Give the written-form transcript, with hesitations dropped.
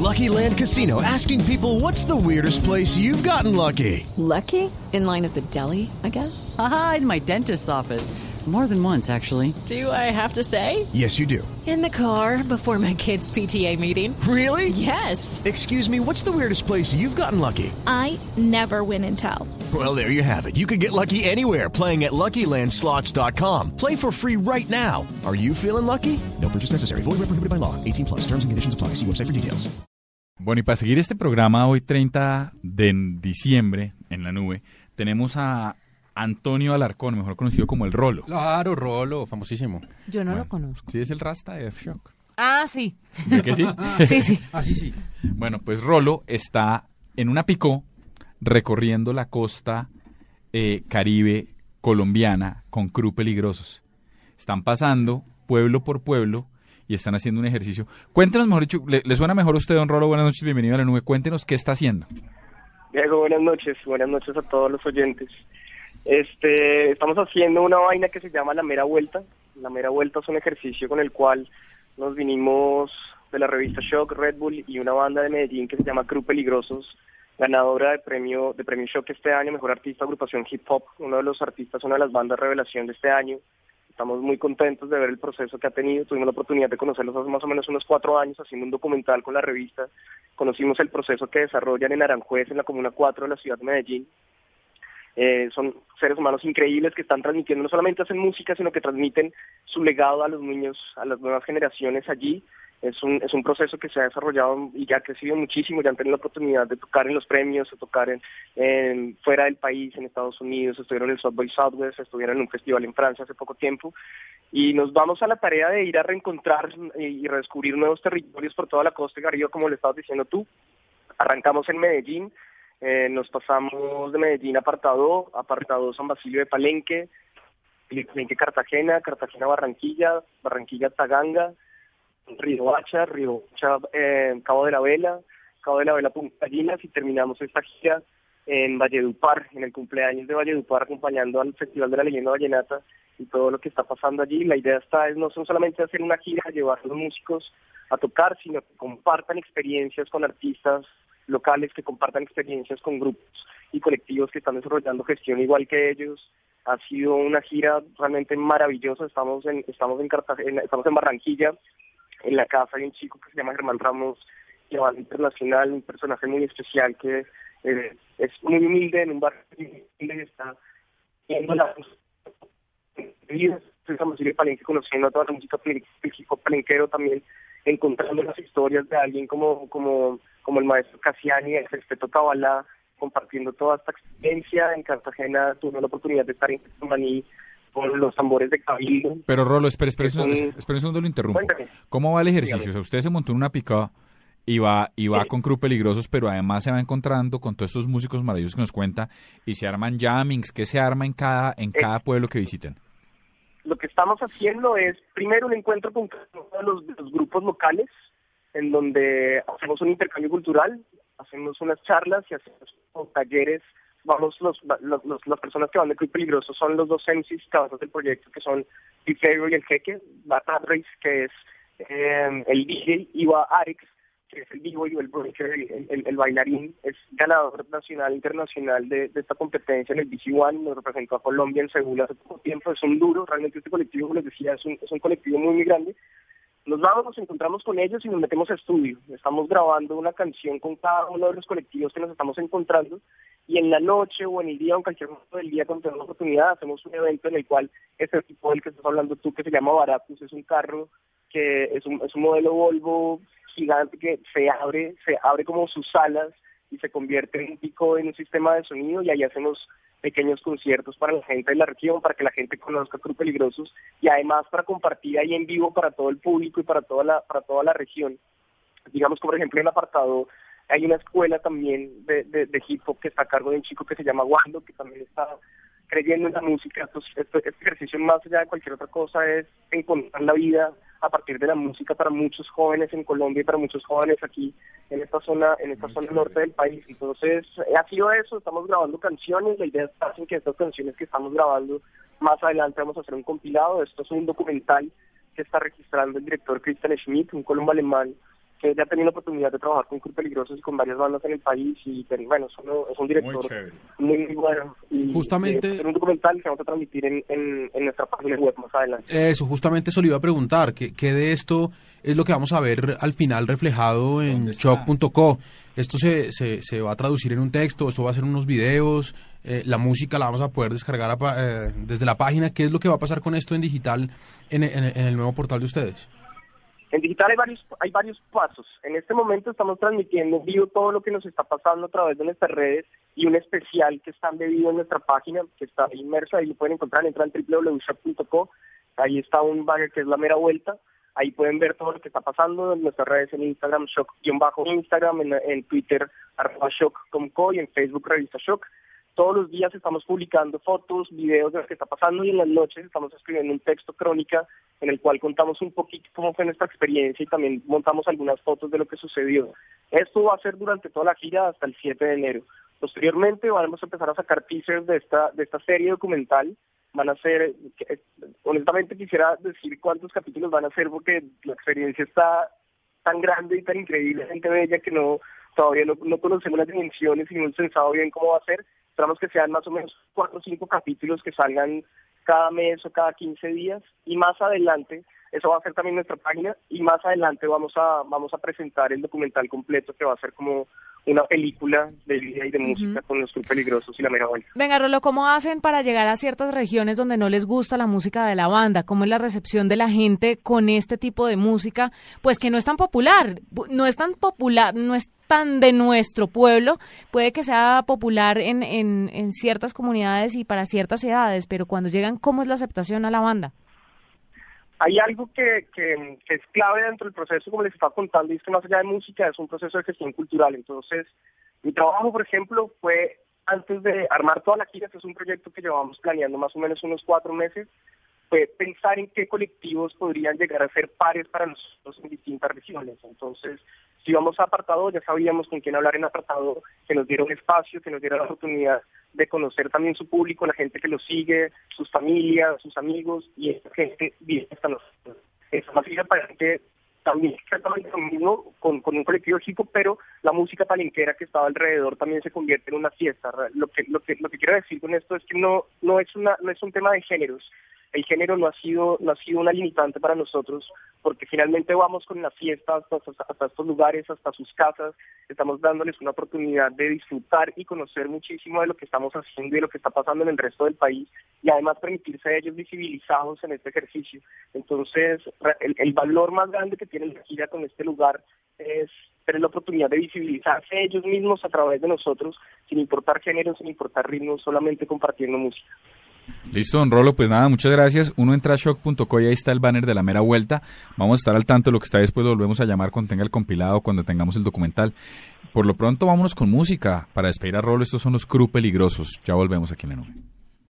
Lucky Land Casino, asking people, what's the weirdest place you've gotten lucky? Lucky? In line at the deli, I guess? Aha, in my dentist's office. More than once, actually. Do I have to say? Yes, you do. In the car before my kids' PTA meeting. Really? Yes. Excuse me, what's the weirdest place you've gotten lucky? I never win and tell. Well, there you have it. You can get lucky anywhere, playing at LuckyLandSlots.com. Play for free right now. Are you feeling lucky? No purchase necessary. Void where prohibited by law. 18 plus. Terms and conditions apply. See website for details. Bueno, y para seguir este programa hoy 30 de diciembre en la nube, tenemos a Antonio Alarcón, mejor conocido como el Rolo. Claro, Rolo, famosísimo. Yo no lo conozco. Sí, es el Rasta de F-Shock. Ah, sí. ¿De qué sí? Sí, sí. Ah, sí, sí. Bueno, pues Rolo está en una picó recorriendo la costa caribe colombiana con crew peligrosos. Están pasando pueblo por pueblo y están haciendo un ejercicio. Cuéntenos, mejor dicho, ¿le suena mejor a usted, don Rolo? Buenas noches, bienvenido a la nube. Cuéntenos qué está haciendo. Diego, buenas noches a todos los oyentes. Estamos haciendo una vaina que se llama La Mera Vuelta. La Mera Vuelta es un ejercicio con el cual nos vinimos de la revista Shock, Red Bull y una banda de Medellín que se llama Crew Peligrosos, ganadora de premio Shock este año, mejor artista agrupación hip hop, uno de los artistas, una de las bandas revelación de este año. Estamos muy contentos de ver el proceso que ha tenido. Tuvimos la oportunidad de conocerlos hace más o menos unos 4 años haciendo un documental con la revista. Conocimos el proceso que desarrollan en Aranjuez, en la Comuna 4 de la ciudad de Medellín. Son seres humanos increíbles que están transmitiendo, no solamente hacen música, sino que transmiten su legado a los niños, a las nuevas generaciones allí. Es un proceso que se ha desarrollado y ya ha crecido muchísimo. Ya han tenido la oportunidad de tocar en los premios, de tocar en fuera del país, en Estados Unidos, estuvieron en el South by Southwest, estuvieron en un festival en Francia hace poco tiempo. Y nos vamos a la tarea de ir a reencontrar y redescubrir nuevos territorios por toda la costa caribe, como le estabas diciendo tú. Arrancamos en Medellín, nos pasamos de Medellín a Apartado San Basilio de Palenque, Cartagena, Barranquilla, Taganga, Río Hacha, Cabo de la Vela, Punta Gallinas, y terminamos esta gira en Valledupar, en el cumpleaños de Valledupar, acompañando al Festival de la Leyenda Vallenata y todo lo que está pasando allí. La idea es no solamente hacer una gira, llevar a los músicos a tocar, sino que compartan experiencias con artistas locales, que compartan experiencias con grupos y colectivos que están desarrollando gestión igual que ellos. Ha sido una gira realmente maravillosa. Estamos en Cartagena, estamos en Barranquilla. En la casa hay un chico que se llama Germán Ramos, de banda internacional, un personaje muy especial que es muy humilde, en un barrio humilde, y está viendo la música palenque, conociendo toda la música palenquero, también encontrando las historias de alguien como el maestro Cassiani, el Sexteto Cabalá, compartiendo toda esta experiencia. En Cartagena tuve la oportunidad de estar en Maní con los tambores de Cabildo. Pero Rolo, espere un segundo, lo interrumpo. Cuéntame. ¿Cómo va el ejercicio? Dígame. O sea, usted se montó en una picada y va con crew peligrosos, pero además se va encontrando con todos estos músicos maravillosos que nos cuenta y se arman jammings. ¿Qué se arma en cada pueblo que visiten? Lo que estamos haciendo es, primero, un encuentro con cada uno de los grupos locales, en donde hacemos un intercambio cultural, hacemos unas charlas y hacemos talleres. Vamos, las personas que van de Crew Peligroso son los 2 MCs cabezas del proyecto, que son Pifero y el Jeque, Bata Reis, que es el DJ, Iba Arex, que es el b-boy o el breaker, el bailarín, es ganador nacional e internacional de esta competencia en el BC One, nos representó a Colombia en Seúl hace poco tiempo. Es un duro, realmente este colectivo, como les decía, es un colectivo muy, muy grande. Nos vamos, nos encontramos con ellos y nos metemos a estudio. Estamos grabando una canción con cada uno de los colectivos que nos estamos encontrando, y en la noche o en el día o en cualquier momento del día, cuando tenemos la oportunidad, hacemos un evento en el cual este tipo del que estás hablando tú, que se llama Baratus, es un carro que es un modelo Volvo gigante que se abre como sus alas y se convierte en un pico en un sistema de sonido, y ahí hacemos pequeños conciertos para la gente de la región, para que la gente conozca Crew Peligrosos, y además para compartir ahí en vivo para todo el público y para toda la región. Digamos, por ejemplo, en Apartado hay una escuela también de hip hop que está a cargo de un chico que se llama Wando, que también está creyendo en la música. Entonces, este ejercicio, más allá de cualquier otra cosa, es encontrar la vida a partir de la música para muchos jóvenes en Colombia y para muchos jóvenes aquí en esta zona norte del país. Entonces, ha sido eso. Estamos grabando canciones. La idea es en que estas canciones que estamos grabando, más adelante vamos a hacer un compilado. Esto es un documental que está registrando el director Christian Schmidt, un colombo alemán que ya he tenido la oportunidad de trabajar con Club Peligrosos y con varias bandas en el país, y bueno, es un director muy bueno. Y justamente es un documental que vamos a transmitir en nuestra página web más adelante. Eso, justamente eso le iba a preguntar, ¿qué de esto es lo que vamos a ver al final reflejado en shock.co? ¿Esto se va a traducir en un texto? ¿Esto va a ser unos videos? ¿La música la vamos a poder descargar desde la página? ¿Qué es lo que va a pasar con esto en digital en el nuevo portal de ustedes? En digital hay varios pasos. En este momento estamos transmitiendo en vivo todo lo que nos está pasando a través de nuestras redes, y un especial que está embebido en nuestra página, que está inmerso, ahí lo pueden encontrar, entran en www.shock.co, ahí está un banner que es La Mera Vuelta, ahí pueden ver todo lo que está pasando en nuestras redes, en Instagram, Shock-Instagram, en Twitter, @Shock.co, y en Facebook, Revista Shock. Todos los días estamos publicando fotos, videos de lo que está pasando, y en las noches estamos escribiendo un texto crónica en el cual contamos un poquito cómo fue nuestra experiencia y también montamos algunas fotos de lo que sucedió. Esto va a ser durante toda la gira hasta el 7 de enero. Posteriormente vamos a empezar a sacar teasers de esta serie documental. Van a ser, honestamente quisiera decir cuántos capítulos van a ser, porque la experiencia está tan grande y tan increíblemente bella que todavía no conocemos las dimensiones y no hemos pensado bien cómo va a ser. Esperamos que sean más o menos 4 o 5 capítulos que salgan cada mes o cada 15 días, y más adelante, eso va a ser también nuestra página, y más adelante vamos a presentar el documental completo, que va a ser como una película de vida y de música con los Club Peligrosos y La Mera Vuelta. Venga, Rolo, ¿cómo hacen para llegar a ciertas regiones donde no les gusta la música de la banda? ¿Cómo es la recepción de la gente con este tipo de música? Pues que no es tan popular, no es tan de nuestro pueblo, puede que sea popular en ciertas comunidades y para ciertas edades, pero cuando llegan, ¿cómo es la aceptación a la banda? Hay algo que es clave dentro del proceso, como les estaba contando, y es que más allá de música es un proceso de gestión cultural. Entonces, mi trabajo, por ejemplo, fue antes de armar toda la gira, que es un proyecto que llevamos planeando más o menos unos 4 meses, fue pensar en qué colectivos podrían llegar a ser pares para nosotros en distintas regiones. Entonces, si íbamos a Apartado, ya sabíamos con quién hablar en Apartado, que nos diera un espacio, que nos diera la oportunidad de conocer también su público, la gente que lo sigue, sus familias, sus amigos, y esta gente viene hasta nosotros. Es más gira para que también exactamente lo mismo con un colectivo de hip hop, pero la música palenquera que estaba alrededor también se convierte en una fiesta. Lo que quiero decir con esto es que no es un tema de géneros. El género no ha sido una limitante para nosotros, porque finalmente vamos con la fiesta hasta estos lugares, hasta sus casas. Estamos dándoles una oportunidad de disfrutar y conocer muchísimo de lo que estamos haciendo y de lo que está pasando en el resto del país, y además permitirse a ellos visibilizados en este ejercicio. Entonces, el valor más grande que tiene la gira con este lugar es tener la oportunidad de visibilizarse ellos mismos a través de nosotros, sin importar género, sin importar ritmo, solamente compartiendo música. Listo, don Rolo, pues nada, muchas gracias. Uno entra a shock.co y ahí está el banner de La Mera Vuelta. Vamos a estar al tanto de lo que está después, lo volvemos a llamar cuando tenga el compilado, cuando tengamos el documental. Por lo pronto, vámonos con música para despedir a Rolo. Estos son los Club Peligrosos. Ya volvemos aquí en la nube.